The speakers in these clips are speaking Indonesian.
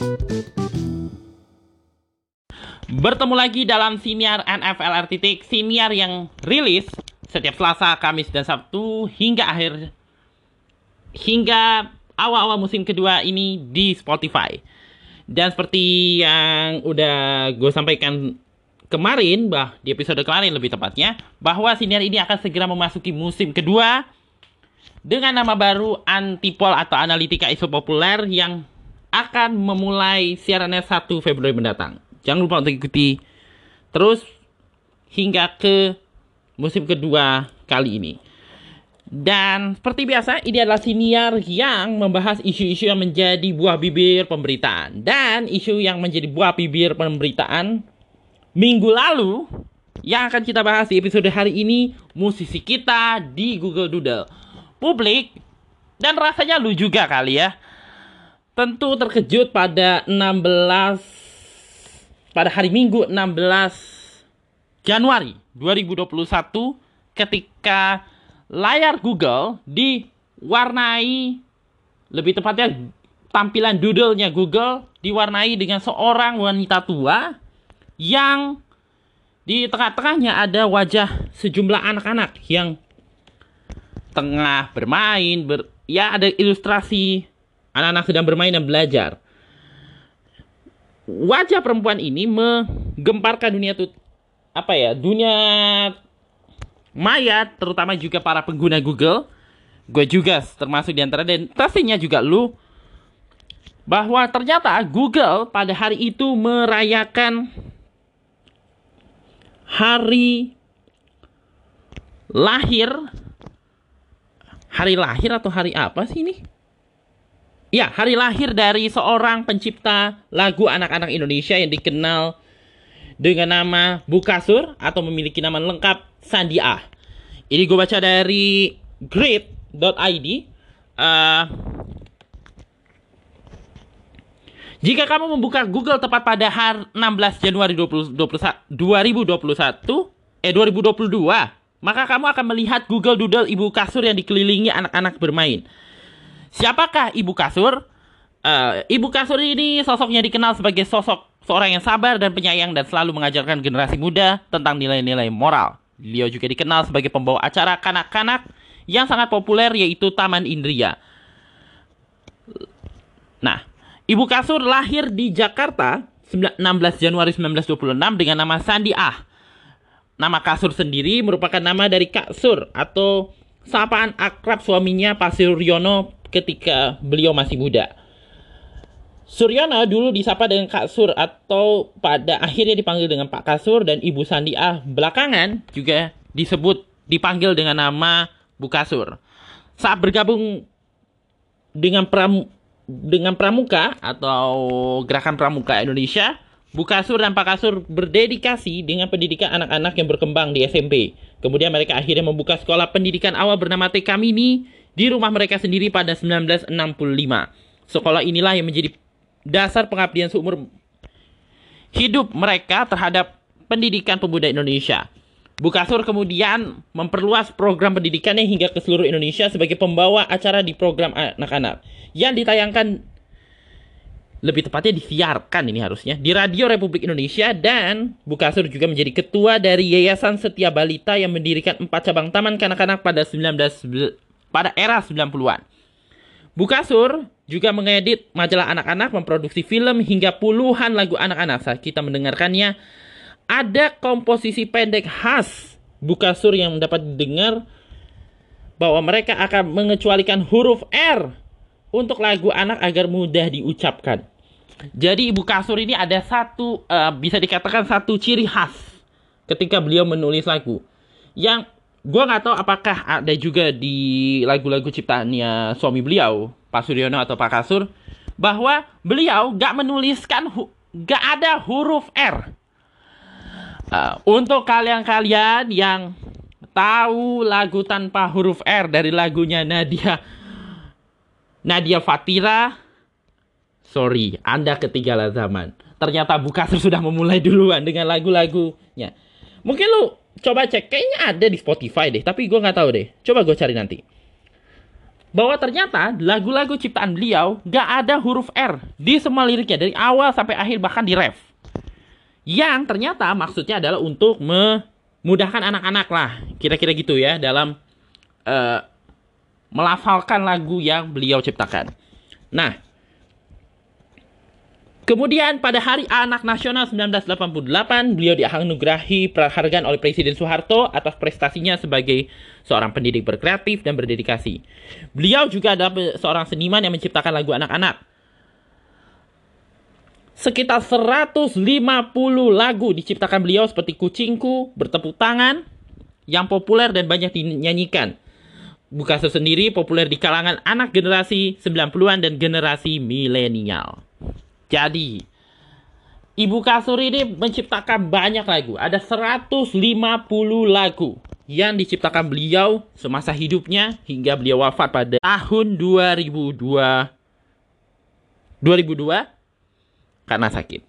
Bertemu lagi dalam siniar NFL Titik, siniar yang rilis setiap Selasa, Kamis, dan Sabtu hingga awal-awal musim kedua ini di Spotify. Dan seperti yang udah gue sampaikan kemarin, di episode kemarin lebih tepatnya, bahwa siniar ini akan segera memasuki musim kedua dengan nama baru Antipol atau Analitika Isu Populer yang akan memulai siarannya 1 Februari mendatang. Jangan lupa untuk ikuti terus hingga ke musim kedua kali ini. Dan seperti biasa, ini adalah siniar yang membahas isu-isu yang menjadi buah bibir pemberitaan. Dan isu yang menjadi buah bibir pemberitaan minggu lalu yang akan kita bahas di episode hari ini, musisi kita di Google Doodle. Publik, dan rasanya lu juga kali ya, tentu terkejut pada hari Minggu 16 Januari 2021 ketika layar Google diwarnai, lebih tepatnya tampilan doodle-nya Google diwarnai dengan seorang wanita tua yang di tengah-tengahnya ada wajah sejumlah anak-anak yang tengah bermain, ada ilustrasi anak-anak sedang bermain dan belajar. Wajah perempuan ini menggemparkan dunia maya, terutama juga para pengguna Google. Gue juga termasuk di antara, dan pastinya juga lu, bahwa ternyata Google pada hari itu merayakan hari lahir atau hari apa sih ini? Ya, hari lahir dari seorang pencipta lagu anak-anak Indonesia yang dikenal dengan nama Bukasur atau memiliki nama lengkap Sandi Ah. Ini gue baca dari grid.id. Jika kamu membuka Google tepat pada 16 Januari 2022, maka kamu akan melihat Google Doodle Ibu Kasur yang dikelilingi anak-anak bermain. Siapakah Ibu Kasur? Ibu Kasur ini sosoknya dikenal sebagai sosok seorang yang sabar dan penyayang dan selalu mengajarkan generasi muda tentang nilai-nilai moral. Beliau juga dikenal sebagai pembawa acara kanak-kanak yang sangat populer, yaitu Taman Indria. Nah, Ibu Kasur lahir di Jakarta 16 Januari 1926 dengan nama Sandi Ah. Nama Kasur sendiri merupakan nama dari Kak Sur atau sapaan akrab suaminya Pak Suryono ketika beliau masih muda. Suryono dulu disapa dengan Kak Sur atau pada akhirnya dipanggil dengan Pak Kasur, dan Ibu Sandi Ah belakangan juga dipanggil dengan nama Bu Kasur. Saat bergabung dengan Pramuka atau Gerakan Pramuka Indonesia, Bu Kasur dan Pak Kasur berdedikasi dengan pendidikan anak-anak yang berkembang di SMP. Kemudian mereka akhirnya membuka sekolah pendidikan awal bernama TK Mini di rumah mereka sendiri pada 1965. Sekolah inilah yang menjadi dasar pengabdian seumur hidup mereka terhadap pendidikan pemuda Indonesia. Bu Kasur kemudian memperluas program pendidikannya hingga ke seluruh Indonesia sebagai pembawa acara di program anak-anak yang ditayangkan, lebih tepatnya disiarkan ini harusnya, di Radio Republik Indonesia. Dan Bu Kasur juga menjadi ketua dari Yayasan Setia Balita yang mendirikan 4 cabang taman kanak-kanak pada era 90-an. Bu Kasur juga mengedit majalah anak-anak, memproduksi film hingga puluhan lagu anak-anak. Saat kita mendengarkannya, ada komposisi pendek khas Bu Kasur yang dapat didengar bahwa mereka akan mengecualikan huruf R untuk lagu anak agar mudah diucapkan. Jadi Ibu Kasur ini ada bisa dikatakan satu ciri khas ketika beliau menulis lagu, yang gue nggak tahu apakah ada juga di lagu-lagu ciptaannya suami beliau, Pak Suryono atau Pak Kasur, bahwa beliau nggak ada huruf R. Untuk kalian-kalian yang tahu lagu tanpa huruf R dari lagunya Nadia Fatira, sorry, Anda ketinggalan zaman. Ternyata Bu Kasur sudah memulai duluan dengan lagu-lagunya. Mungkin lu coba cek, kayaknya ada di Spotify deh, tapi gue nggak tahu deh. Coba gue cari nanti. bahwa ternyata lagu-lagu ciptaan beliau gak ada huruf R di semua liriknya dari awal sampai akhir, bahkan di ref. Yang ternyata maksudnya adalah untuk memudahkan anak-anak lah, kira-kira gitu ya, dalam melafalkan lagu yang beliau ciptakan. Nah, kemudian pada Hari Anak Nasional 1988, beliau dianugerahi penghargaan oleh Presiden Soeharto atas prestasinya sebagai seorang pendidik berkreatif dan berdedikasi. Beliau juga adalah seorang seniman yang menciptakan lagu anak-anak. Sekitar 150 lagu diciptakan beliau seperti Kucingku, Bertepuk Tangan, yang populer dan banyak dinyanyikan. Bu Kasur sendiri populer di kalangan anak generasi 90-an dan generasi milenial. Jadi, Ibu Kasur ini menciptakan banyak lagu. Ada 150 lagu yang diciptakan beliau semasa hidupnya hingga beliau wafat pada tahun 2002 karena sakit.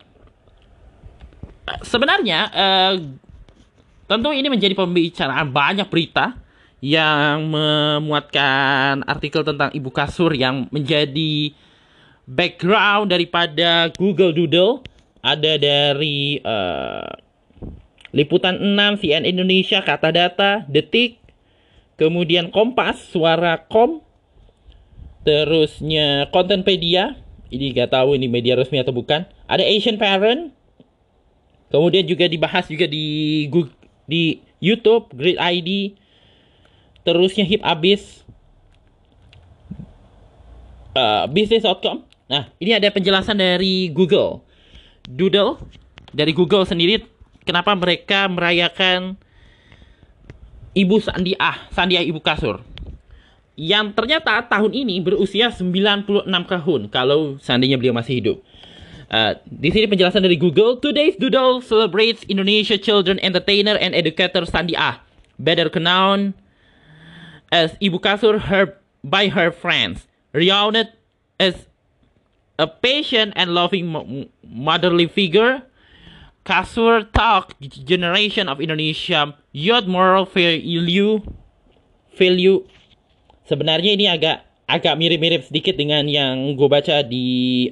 Sebenarnya, tentu ini menjadi pembicaraan banyak berita yang memuatkan artikel tentang Ibu Kasur yang menjadi background daripada Google Doodle. Ada dari Liputan 6, CNN Indonesia, Kata Data, Detik, kemudian Kompas, Suara.com, terusnya Kontenpedia, ini gak tahu ini media resmi atau bukan. Ada Asian Parent, kemudian juga dibahas juga di YouTube, Grid ID, terusnya Hip Abis, Business.com. Nah, ini ada penjelasan dari Google Doodle, dari Google sendiri, kenapa mereka merayakan Ibu Sandiah Ibu Kasur, yang ternyata tahun ini berusia 96 tahun kalau seandainya beliau masih hidup. Di sini penjelasan dari Google. Today's Doodle celebrates Indonesia children entertainer and educator Sandiah, better known as Ibu Kasur by her friends, renowned as a patient and loving motherly figure. Kasur taught generation of Indonesia youth moral value. Sebenarnya ini agak mirip-mirip sedikit dengan yang gue baca di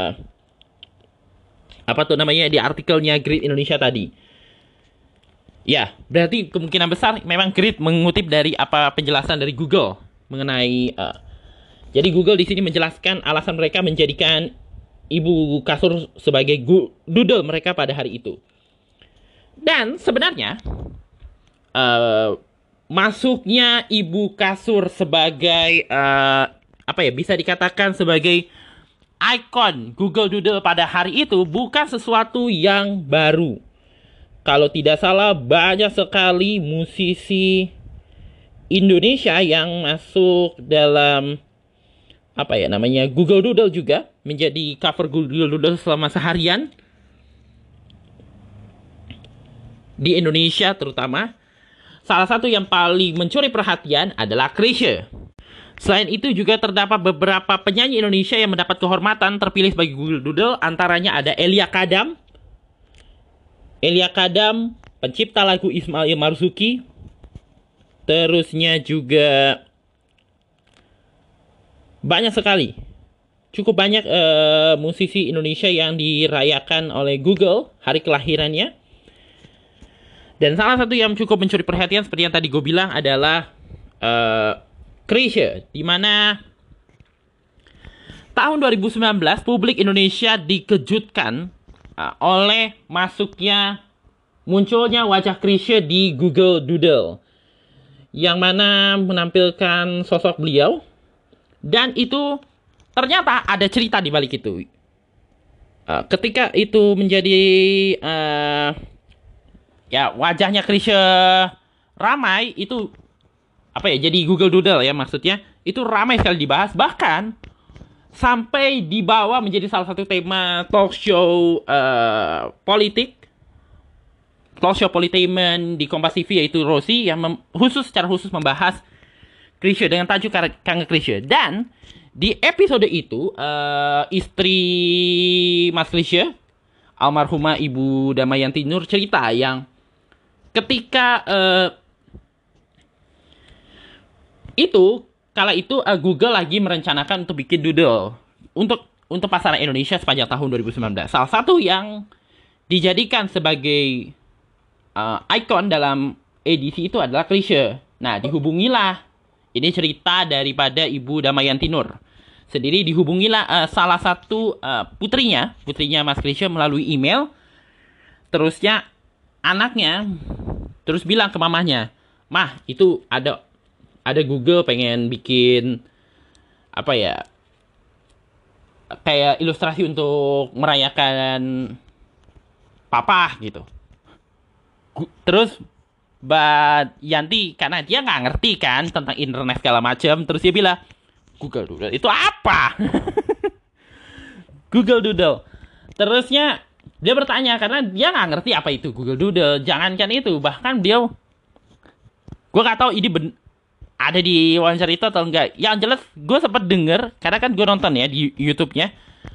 di artikelnya Grid Indonesia tadi. Ya, berarti kemungkinan besar memang Grid mengutip dari apa penjelasan dari Google mengenai. Jadi Google di sini menjelaskan alasan mereka menjadikan Ibu Kasur sebagai doodle mereka pada hari itu. Dan sebenarnya masuknya Ibu Kasur sebagai bisa dikatakan sebagai ikon Google Doodle pada hari itu bukan sesuatu yang baru. Kalau tidak salah, banyak sekali musisi Indonesia yang masuk dalam Google Doodle juga, menjadi cover Google Doodle selama seharian di Indonesia terutama. Salah satu yang paling mencuri perhatian adalah Chrisye. Selain itu juga terdapat beberapa penyanyi Indonesia yang mendapat kehormatan terpilih sebagai Google Doodle. Antaranya ada Elia Kadam, pencipta lagu Ismail Marzuki. Terusnya juga banyak sekali, cukup banyak musisi Indonesia yang dirayakan oleh Google hari kelahirannya. Dan salah satu yang cukup mencuri perhatian seperti yang tadi gue bilang adalah Chrisye, di mana tahun 2019 publik Indonesia dikejutkan oleh munculnya wajah Chrisye di Google Doodle, yang mana menampilkan sosok beliau, dan itu ternyata ada cerita di balik itu. Ketika itu menjadi wajahnya Chrisye ramai, itu jadi Google Doodle ya, maksudnya itu ramai sekali dibahas, bahkan sampai dibawa menjadi salah satu tema talk show politainment di Kompas TV, yaitu Rosi, yang secara khusus membahas Chrisye dengan tajuk Kangen Chrisye. Dan di episode itu istri Mas Chrisye, almarhumah Ibu Damayanti Nur, cerita yang ketika itu kala itu Google lagi merencanakan untuk bikin doodle untuk pasaran Indonesia sepanjang tahun 2019. Salah satu yang dijadikan sebagai ikon dalam edisi itu adalah Chrisye. Nah, dihubungilah, ini cerita daripada Ibu Damayanti Nur sendiri, dihubungilah salah satu putrinya Mas Chrisye melalui email. Terusnya anaknya terus bilang ke mamahnya, "Mah, itu ada Google pengen bikin apa ya, kayak ilustrasi untuk merayakan papa gitu." Terus Mbak Yanti, karena dia nggak ngerti kan tentang internet segala macam, terus dia bilang, "Google Doodle itu apa?" Google Doodle. Terusnya dia bertanya karena dia nggak ngerti apa itu Google Doodle. Jangankan itu, bahkan gue nggak tahu ini ada di wawancara itu atau enggak. Yang jelas gue sempat denger, karena kan gue nonton ya di YouTube-nya.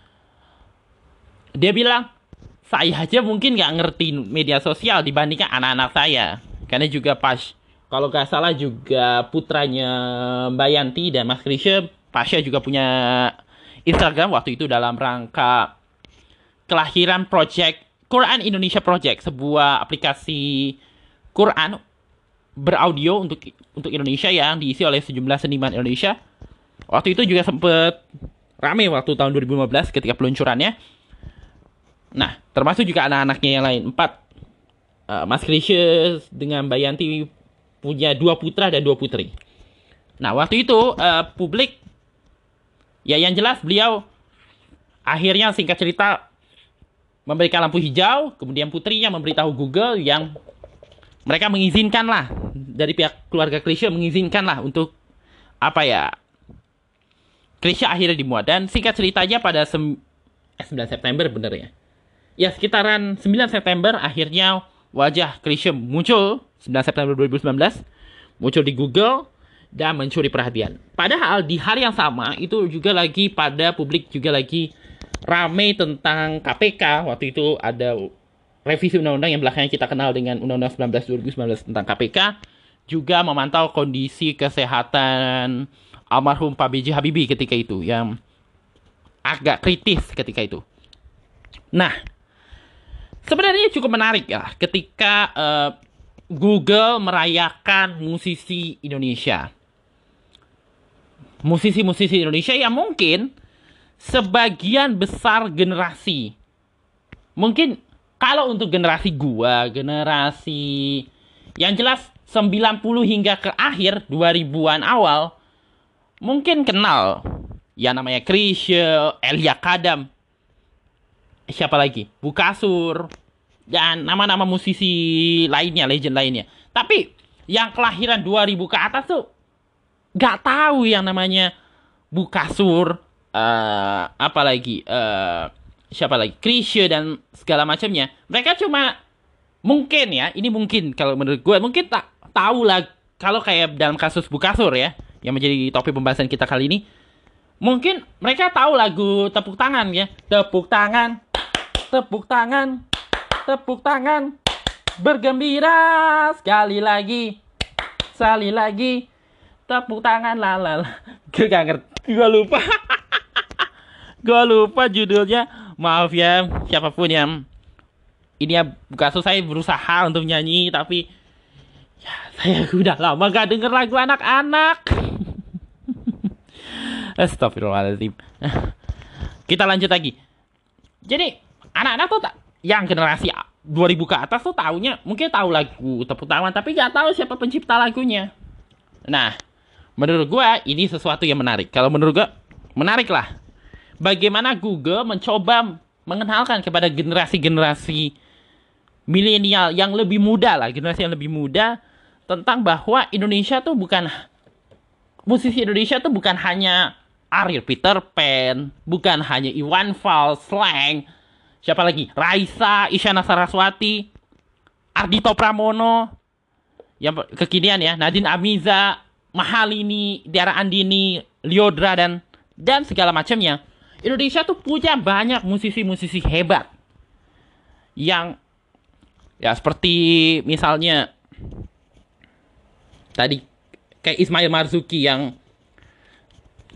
Dia bilang, "Saya aja mungkin nggak ngerti media sosial dibandingkan anak-anak saya." Karena juga pas, kalau nggak salah juga putranya Mbak Yanti dan Mas Chrisye, Pasha juga punya Instagram waktu itu dalam rangka kelahiran project Quran Indonesia Project, sebuah aplikasi Quran beraudio untuk Indonesia yang diisi oleh sejumlah seniman Indonesia. Waktu itu juga sempat rame waktu tahun 2015 ketika peluncurannya. Nah, termasuk juga anak-anaknya yang lain, 4. Mas Chrisye dengan Mbak Yanti punya 2 putra dan 2 putri. Nah, waktu itu publik, ya yang jelas beliau akhirnya singkat cerita memberikan lampu hijau, kemudian putrinya memberitahu Google yang mereka mengizinkan lah, dari pihak keluarga Chrisye mengizinkan lah untuk apa ya, Chrisye akhirnya dimuat. Dan singkat ceritanya pada 9 September bener ya. Ya sekitaran 9 September akhirnya wajah Chrisye muncul, 9 September 2019, muncul di Google dan mencuri perhatian. Padahal di hari yang sama itu juga lagi pada publik juga lagi rame tentang KPK. Waktu itu ada revisi undang-undang yang belakangan kita kenal dengan Undang-Undang 19 2019 tentang KPK. Juga memantau kondisi kesehatan almarhum Pak B.J. Habibie ketika itu, yang agak kritis ketika itu. Nah, sebenarnya cukup menarik ya ketika Google merayakan musisi Indonesia. Musisi-musisi Indonesia yang mungkin sebagian besar generasi, mungkin kalau untuk generasi gua, generasi yang jelas 90 hingga ke akhir 2000-an awal, mungkin kenal ya namanya Chrisye, Elia Kadam, siapa lagi, Bu Kasur, dan nama-nama musisi lainnya, legend lainnya. Tapi yang kelahiran 2000 ke atas tuh gak tahu yang namanya Bu Kasur, apalagi siapa lagi, Chrisye dan segala macamnya. Mereka cuma mungkin ya, ini mungkin kalau menurut gue mungkin tak tahu lah, kalau kayak dalam kasus Bu Kasur ya, yang menjadi topik pembahasan kita kali ini, mungkin mereka tahu lagu Tepuk Tangan ya, tepuk tangan, tepuk tangan, tepuk tangan, bergembira sekali lagi, tepuk tangan, lalala. Gue gak ngerti, gue lupa. Gue lupa judulnya. Maaf ya, siapapun yang ini ya, kasus saya berusaha untuk nyanyi, tapi ya, saya udah lama gak denger lagu anak-anak. Astagfirullahaladzim. Kita lanjut lagi. Jadi anak-anak tuh yang generasi 2000 ke atas tuh taunya, mungkin tahu lagu Tepuk Tangan, tapi gak tahu siapa pencipta lagunya. Nah, menurut gue ini sesuatu yang menarik. Kalau menurut gue menarik lah, bagaimana Google mencoba mengenalkan kepada generasi-generasi milenial yang lebih muda lah, generasi yang lebih muda, tentang bahwa Indonesia tuh bukan, musisi Indonesia tuh bukan hanya Ariel Peter Pan, bukan hanya Iwan Fals, Slank, siapa lagi, Raisa, Isyana Saraswati, Ardhito Pramono, yang kekinian ya, Nadine Amiza, Mahalini, Tiara Andini, Lyodra, dan segala macamnya. Indonesia tuh punya banyak musisi-musisi hebat yang ya seperti misalnya tadi kayak Ismail Marzuki yang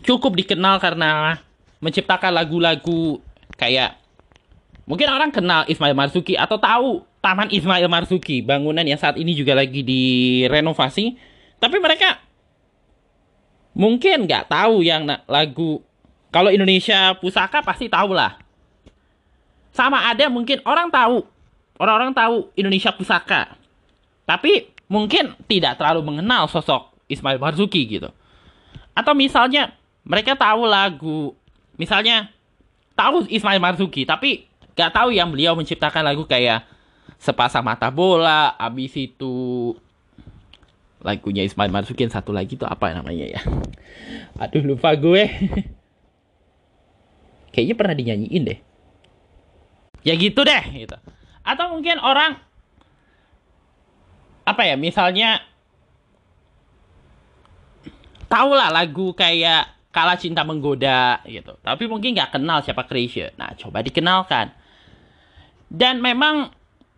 cukup dikenal karena menciptakan lagu-lagu kayak mungkin orang kenal Ismail Marzuki atau tahu Taman Ismail Marzuki, bangunan yang saat ini juga lagi direnovasi. Tapi mereka mungkin nggak tahu yang lagu, kalau Indonesia Pusaka pasti tahu lah. Sama ada mungkin orang-orang tahu Indonesia Pusaka, tapi mungkin tidak terlalu mengenal sosok Ismail Marzuki gitu. Atau misalnya mereka tahu lagu, misalnya tahu Ismail Marzuki, tapi gak tahu yang beliau menciptakan lagu kayak Sepasang Mata Bola, abis itu lagunya Ismail Marzuki yang satu lagi tuh apa namanya ya? Aduh lupa gue. Kayaknya pernah dinyanyiin deh. Ya gitu deh gitu. Atau mungkin orang apa ya, misalnya tahu lah lagu kayak Kala Cinta Menggoda gitu, tapi mungkin nggak kenal siapa Chrisye. Nah, coba dikenalkan. Dan memang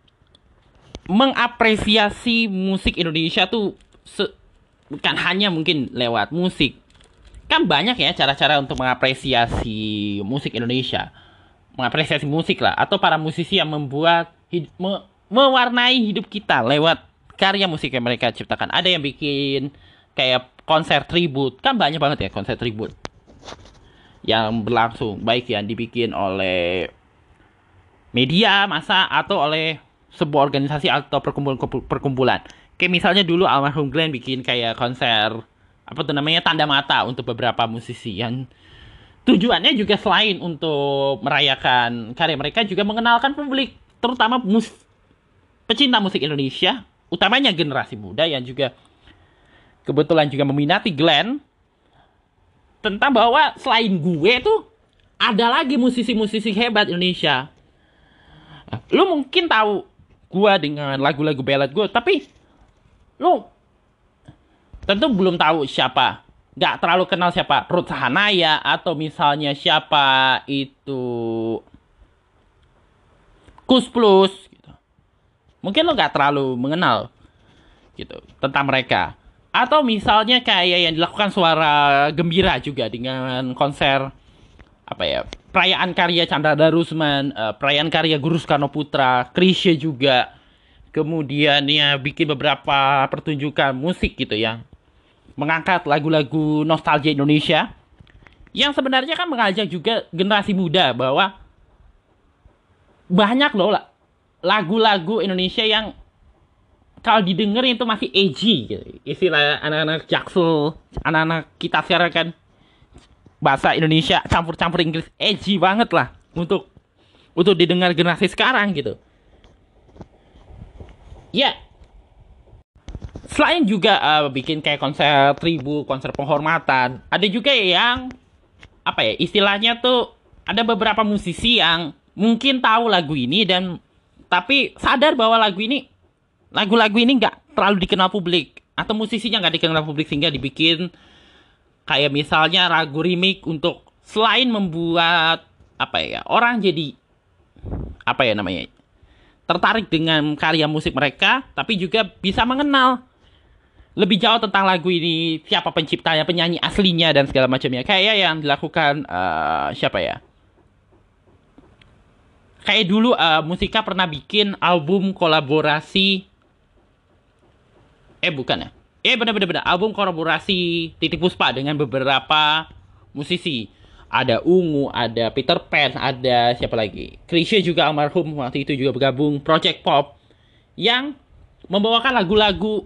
mengapresiasi musik Indonesia tuh bukan hanya mungkin lewat musik. Kan banyak ya cara-cara untuk mengapresiasi musik Indonesia. Mengapresiasi musik lah, atau para musisi yang membuat mewarnai hidup kita lewat karya musik yang mereka ciptakan. Ada yang bikin kayak konser tribute, kan banyak banget ya konser tribute yang berlangsung, baik yang dibikin oleh media massa atau oleh sebuah organisasi atau perkumpulan. Kayak misalnya dulu almarhum Glenn bikin kayak konser apa tuh namanya, tanda mata untuk beberapa musisi yang tujuannya juga selain untuk merayakan karya mereka, juga mengenalkan publik, terutama pecinta musik Indonesia, utamanya generasi muda yang juga kebetulan juga meminati Glenn, tentang bahwa selain gue tuh ada lagi musisi-musisi hebat Indonesia. Lu mungkin tahu gue dengan lagu-lagu ballad gue, tapi lu tentu belum tahu siapa, nggak terlalu kenal siapa Ruth Sahanaya, atau misalnya siapa itu Kus Plus gitu. Mungkin lu nggak terlalu mengenal gitu tentang mereka. Atau misalnya kayak yang dilakukan Suara Gembira juga dengan konser apa ya, perayaan karya Chandra Darusman, perayaan karya Guru Soekarno Putra, Chrisye juga. Kemudian ya bikin beberapa pertunjukan musik gitu yang mengangkat lagu-lagu nostalgia Indonesia, yang sebenarnya kan mengajak juga generasi muda bahwa banyak loh lagu-lagu Indonesia yang kalau didengar itu masih edgy gitu. Istilah anak-anak Jaksel, anak-anak kita sekarang kan bahasa Indonesia campur-campur Inggris, edgy banget lah untuk didengar generasi sekarang gitu. Ya, selain juga bikin kayak konser tribut, konser penghormatan, ada juga yang apa ya, istilahnya tuh ada beberapa musisi yang mungkin tahu lagu ini dan tapi sadar bahwa lagu-lagu ini nggak terlalu dikenal publik, atau musisinya nggak dikenal publik, sehingga dibikin kayak misalnya lagu remake untuk selain membuat apa ya, orang jadi apa ya namanya, tertarik dengan karya musik mereka, tapi juga bisa mengenal lebih jauh tentang lagu ini, siapa penciptanya, penyanyi aslinya, dan segala macamnya. Kayak yang dilakukan siapa ya? Kayak dulu Musika pernah bikin album kolaborasi, bukan ya? Benar-benar album kolaborasi Titiek Puspa dengan beberapa musisi. Ada Ungu, ada Peter Pan, ada siapa lagi? Chrisye juga almarhum waktu itu juga bergabung Project Pop yang membawakan lagu-lagu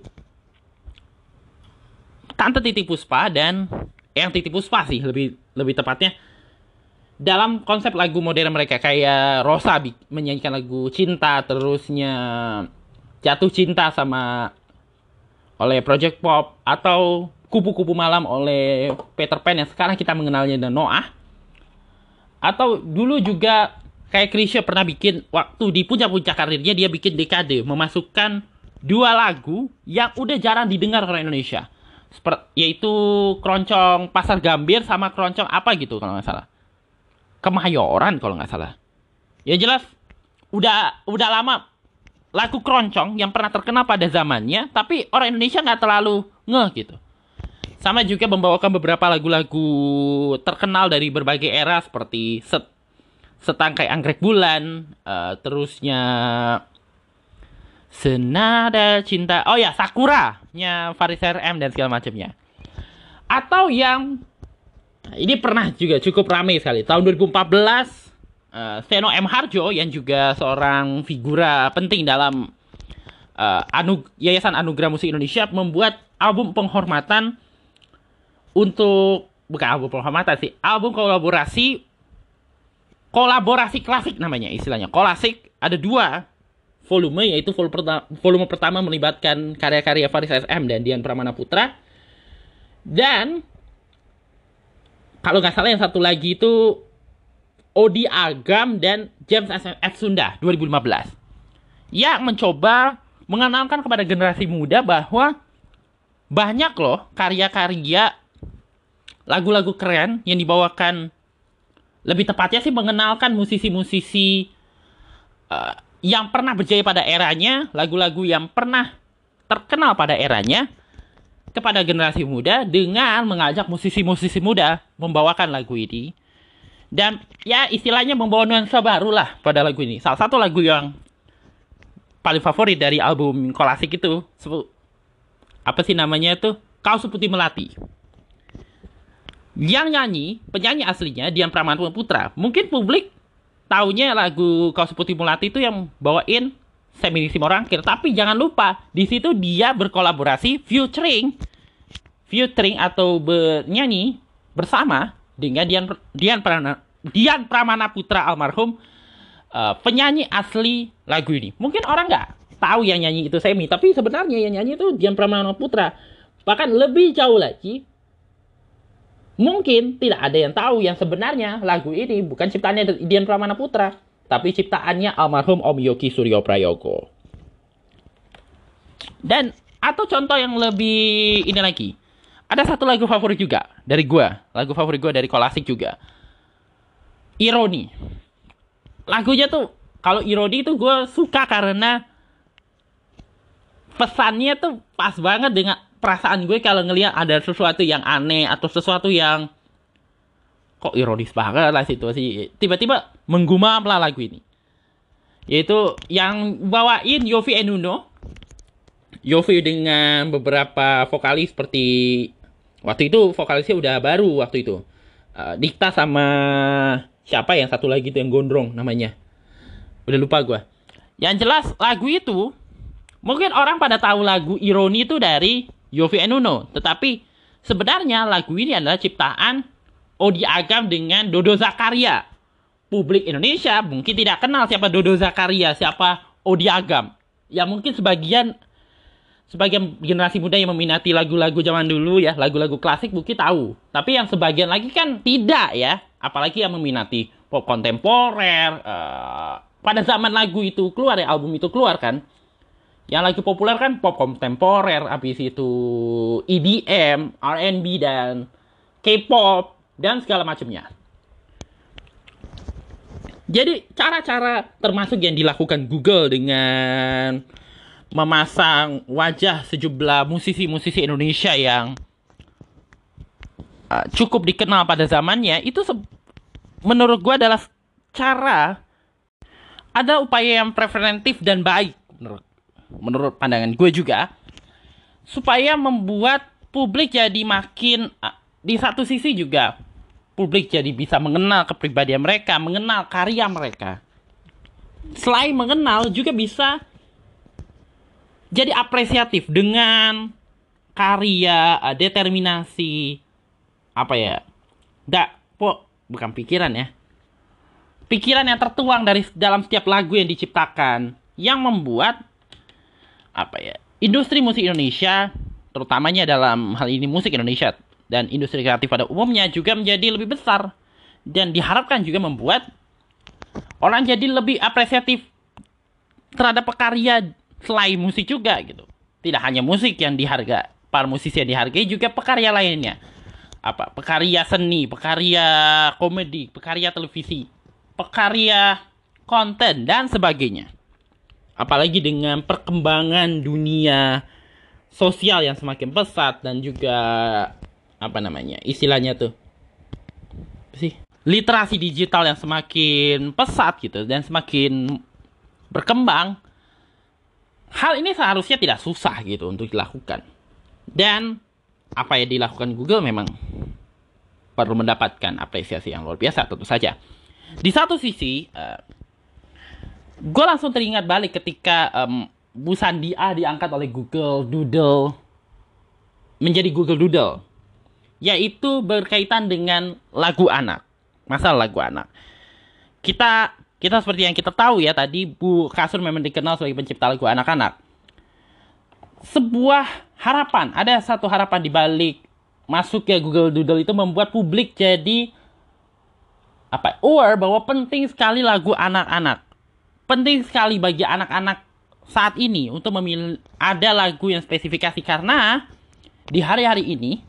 Tante Titiek Puspa dan yang Titiek Puspa sih lebih tepatnya dalam konsep lagu modern mereka, kayak Rosa menyanyikan lagu Cinta, terusnya Jatuh Cinta oleh Project Pop, atau Kupu-Kupu Malam oleh Peter Pan yang sekarang kita mengenalnya dengan Noah. Atau dulu juga kayak Chrisye pernah bikin waktu di puncak-puncak karirnya, dia bikin Dekade, memasukkan 2 lagu yang udah jarang didengar orang Indonesia, yaitu Keroncong Pasar Gambir sama Keroncong apa gitu kalau nggak salah, Kemayoran kalau nggak salah. Ya jelas udah lama lagu Keroncong yang pernah terkenal pada zamannya, tapi orang Indonesia nggak terlalu ngeh gitu. Sama juga membawakan beberapa lagu-lagu terkenal dari berbagai era seperti Setangkai Anggrek Bulan, terusnya Senada Cinta, oh ya Sakura-nya Faris RM dan segala macamnya. Atau yang ini pernah juga cukup ramai sekali tahun 2014, Seno M Harjo yang juga seorang figura penting dalam Yayasan Anugerah Musik Indonesia membuat album penghormatan untuk, bukan album penghormatan sih, album kolaborasi klasik namanya, istilahnya klasik. Ada 2 volume, yaitu volume pertama melibatkan karya-karya Faris SM dan Dian Pramana Putra, dan kalau nggak salah yang satu lagi itu Odi Agam dan James F. Sunda 2015, yang mencoba mengenalkan kepada generasi muda bahwa banyak loh karya-karya lagu-lagu keren yang dibawakan, lebih tepatnya sih mengenalkan musisi-musisi yang pernah berjaya pada eranya, lagu-lagu yang pernah terkenal pada eranya kepada generasi muda, dengan mengajak musisi-musisi muda membawakan lagu ini. Dan ya istilahnya membawa nuansa baru lah pada lagu ini. Salah satu lagu yang paling favorit dari album klasik itu, apa sih namanya tuh, Kau Seputih Melati. Yang nyanyi, penyanyi aslinya Dian Pramana Putra. Mungkin publik taunya lagu Kau Seputih Melati itu yang bawain Seminissimo Rangkir, tapi jangan lupa di situ dia berkolaborasi featuring atau bernyanyi bersama dengan Dian Pramana Putra almarhum, penyanyi asli lagu ini. Mungkin orang nggak tahu yang nyanyi itu Semi, tapi sebenarnya yang nyanyi itu Dian Pramana Putra. Bahkan lebih jauh lagi, mungkin tidak ada yang tahu yang sebenarnya lagu ini bukan ciptaannya Dian Pramana Putra, tapi ciptaannya almarhum Om Yogi Suryo Prayogo. Dan atau contoh yang lebih ini lagi, ada satu lagu favorit juga dari gua, lagu favorit gua dari klasik juga, Ironi. Lagunya tuh, kalau Ironi itu gue suka karena pesannya tuh pas banget dengan perasaan gue kalau ngelihat ada sesuatu yang aneh atau sesuatu yang kok ironis banget lah situasi, tiba-tiba menggumam lah lagu ini. Yaitu yang bawain Yovie and Nuno. Yovie dengan beberapa vokalis seperti, waktu itu vokalisnya udah baru waktu itu, Dikta sama siapa yang satu lagi tuh yang gondrong namanya, udah lupa gue. Yang jelas lagu itu mungkin orang pada tahu lagu Ironi itu dari Yovie and Nuno, tetapi sebenarnya lagu ini adalah ciptaan Odi Agam dengan Dodo Zakaria. Publik Indonesia mungkin tidak kenal siapa Dodo Zakaria, siapa Odi Agam. Ya mungkin sebagian generasi muda yang meminati lagu-lagu zaman dulu ya, lagu-lagu klasik mungkin tahu. Tapi yang sebagian lagi kan tidak ya. Apalagi yang meminati pop kontemporer. Pada zaman lagu itu keluar ya, album itu keluar kan. Yang lagi populer kan pop kontemporer, habis itu EDM, R&B, dan K-pop, dan segala macamnya. Jadi cara-cara termasuk yang dilakukan Google dengan memasang wajah sejumlah musisi-musisi Indonesia yang cukup dikenal pada zamannya, itu menurut gue adalah cara, ada upaya yang preventif dan baik menurut pandangan gue juga, supaya membuat publik jadi makin, di satu sisi juga publik jadi bisa mengenal kepribadian mereka, mengenal karya mereka. Selain mengenal juga bisa jadi apresiatif dengan karya, determinasi, apa ya, bukan pikiran ya, pikiran yang tertuang dari dalam setiap lagu yang diciptakan, yang membuat apa ya, industri musik Indonesia, terutamanya dalam hal ini musik Indonesia dan industri kreatif pada umumnya juga menjadi lebih besar, dan diharapkan juga membuat orang jadi lebih apresiatif terhadap pekarya selain musik juga gitu. Tidak hanya musik yang dihargai, para musisi yang dihargai, juga pekarya lainnya. Apa? Pekarya seni, pekarya komedi, pekarya televisi, pekarya konten, dan sebagainya. Apalagi dengan perkembangan dunia sosial yang semakin pesat dan juga apa namanya istilahnya tuh sih, literasi digital yang semakin pesat gitu dan semakin berkembang, hal ini seharusnya tidak susah gitu untuk dilakukan. Dan apa yang dilakukan Google memang perlu mendapatkan apresiasi yang luar biasa tentu saja. Di satu sisi, gue langsung teringat balik ketika Bu Sandi A diangkat oleh Google Doodle menjadi Google Doodle, yaitu berkaitan dengan lagu anak, masalah lagu anak. Kita seperti yang kita tahu ya tadi, Bu Kasur memang dikenal sebagai pencipta lagu anak-anak. Sebuah harapan, ada satu harapan di balik masuknya Google Doodle itu membuat publik jadi aware bahwa penting sekali lagu anak-anak. Penting sekali bagi anak-anak saat ini untuk memilih ada lagu yang spesifikasi, karena di hari-hari ini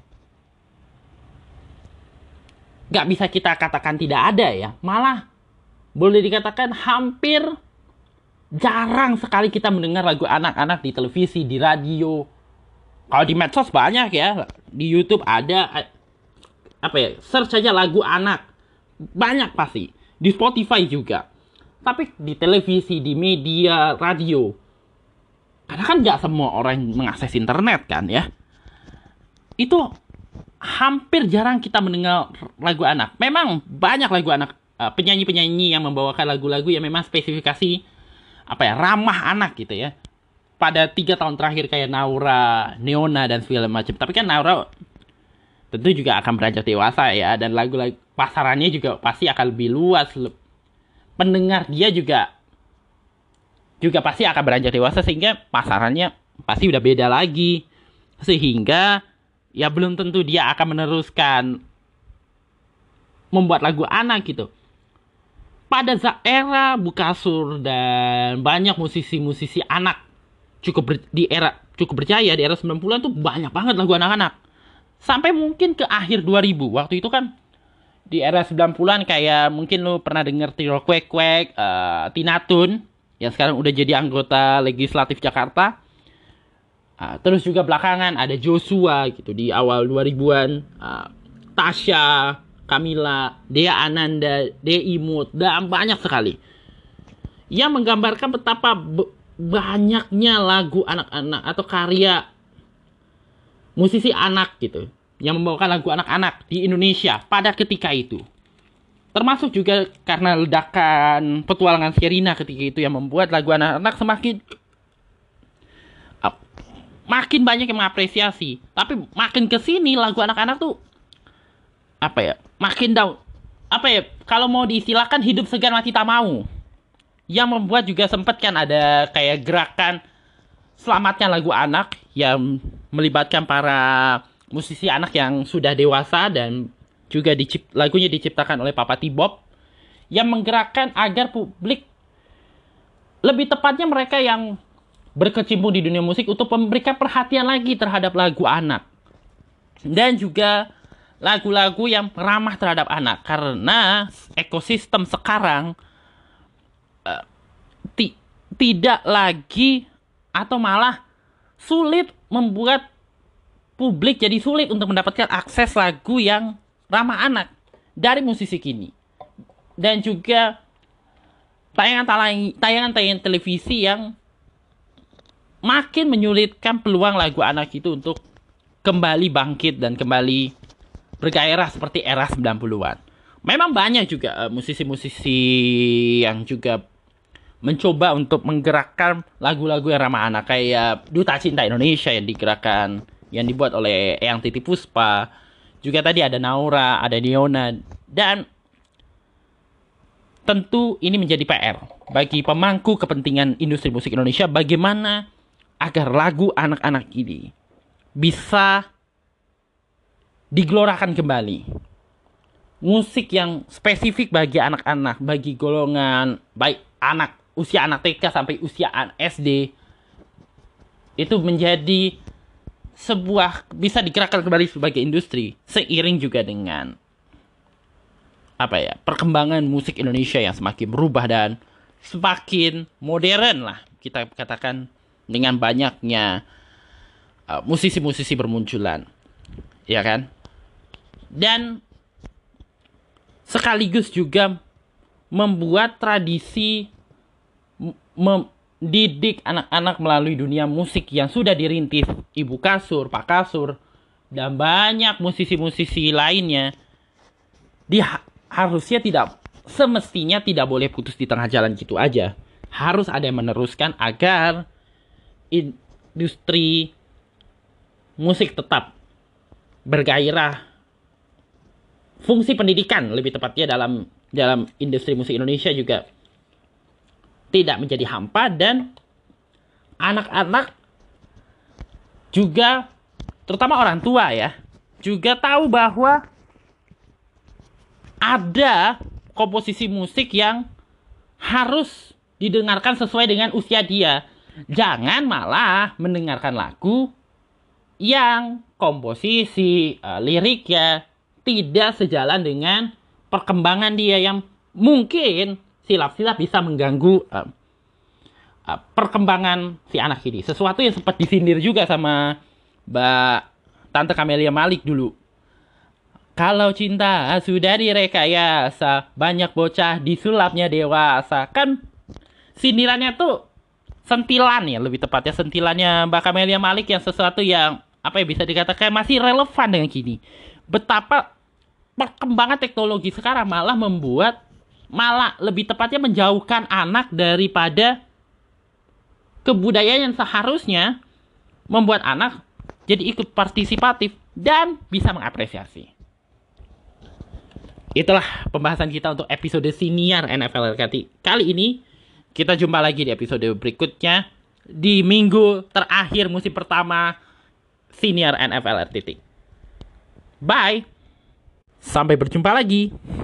nggak bisa kita katakan tidak ada ya, malah boleh dikatakan hampir jarang sekali kita mendengar lagu anak-anak di televisi, di radio. Kalau di medsos banyak ya, di YouTube ada search aja lagu anak, banyak pasti. Di Spotify juga. Tapi di televisi, di media, radio, karena kan nggak semua orang mengakses internet kan ya, itu hampir jarang kita mendengar lagu anak. Memang banyak lagu anak, penyanyi-penyanyi yang membawakan lagu-lagu yang memang spesifikasi ramah anak gitu ya. Pada 3 tahun terakhir kayak Naura, Neona dan segala macam. Tapi kan Naura tentu juga akan beranjak dewasa ya, dan lagu-lagu pasarannya juga pasti akan lebih luas. Pendengar dia juga pasti akan beranjak dewasa, sehingga pasarannya pasti udah beda lagi. Sehingga ya belum tentu dia akan meneruskan membuat lagu anak gitu. Pada era Bu Kasur dan banyak musisi-musisi anak cukup berjaya di era 90-an tuh banyak banget lagu anak-anak. Sampai mungkin ke akhir 2000. Waktu itu kan di era 90-an kayak mungkin lu pernah denger Tiro Kwek Kwek, Tina Tun yang sekarang udah jadi anggota legislatif Jakarta. Terus juga belakangan ada Joshua gitu di awal 2000-an, Tasya, Kamila, Dea Ananda, Dea Imut, dan banyak sekali yang menggambarkan betapa banyaknya lagu anak-anak atau karya musisi anak gitu yang membawakan lagu anak-anak di Indonesia pada ketika itu. Termasuk juga karena ledakan petualangan Sherina ketika itu yang membuat lagu anak-anak makin banyak yang mengapresiasi. Tapi makin kesini lagu anak-anak tuh makin down. Kalau mau diistilahkan hidup segan mati tak mau. Yang membuat juga sempat kan ada kayak gerakan selamatkan lagu anak yang melibatkan para musisi anak yang sudah dewasa, dan juga lagunya diciptakan oleh Papa T-Bob, yang menggerakkan agar publik, lebih tepatnya mereka yang berkecimpung di dunia musik, untuk memberikan perhatian lagi terhadap lagu anak. Dan juga lagu-lagu yang ramah terhadap anak. Karena ekosistem sekarang tidak lagi, atau malah sulit, membuat publik jadi sulit untuk mendapatkan akses lagu yang ramah anak dari musisi kini. Dan juga tayangan-tayangan televisi yang makin menyulitkan peluang lagu anak itu untuk kembali bangkit dan kembali bergairah seperti era 90-an. Memang banyak juga musisi-musisi yang juga mencoba untuk menggerakkan lagu-lagu yang ramah anak, kayak Duta Cinta Indonesia yang dibuat oleh Eyang Titi Puspa. Juga tadi ada Naura, ada Neona, dan tentu ini menjadi PR bagi pemangku kepentingan industri musik Indonesia, bagaimana agar lagu anak-anak ini bisa digelorakan kembali. Musik yang spesifik bagi anak-anak, bagi golongan baik usia anak TK sampai usia SD, itu menjadi sebuah, bisa digerakkan kembali sebagai industri, seiring juga dengan perkembangan musik Indonesia yang semakin berubah dan semakin modern lah, kita katakan, dengan banyaknya musisi-musisi bermunculan, ya kan? dan sekaligus juga membuat tradisi mendidik anak-anak melalui dunia musik yang sudah dirintis Ibu Kasur, Pak Kasur, dan banyak musisi-musisi lainnya. Harusnya semestinya tidak boleh putus di tengah jalan gitu aja. Harus ada yang meneruskan agar industri musik tetap bergairah. Fungsi pendidikan lebih tepatnya dalam industri musik Indonesia juga tidak menjadi hampa, dan anak-anak juga, terutama orang tua ya, juga tahu bahwa ada komposisi musik yang harus didengarkan sesuai dengan usia dia. Jangan malah mendengarkan lagu yang komposisi liriknya tidak sejalan dengan perkembangan dia, yang mungkin silap-silap bisa mengganggu perkembangan si anak ini. Sesuatu yang sempat disindir juga sama Mbak Tante Camelia Malik dulu. Kalau cinta sudah direkayasa, banyak bocah disulapnya dewasa. Kan sindirannya tuh sentilan ya, lebih tepatnya sentilannya Mbak Camelia Malik, yang sesuatu yang bisa dikatakan masih relevan dengan kini. Betapa perkembangan teknologi sekarang malah lebih tepatnya menjauhkan anak daripada kebudayaan yang seharusnya membuat anak jadi ikut partisipatif dan bisa mengapresiasi. Itulah pembahasan kita untuk episode siniar NFL kali ini. Kita jumpa lagi di episode berikutnya di minggu terakhir musim pertama siniar NFL. Bye. Sampai berjumpa lagi.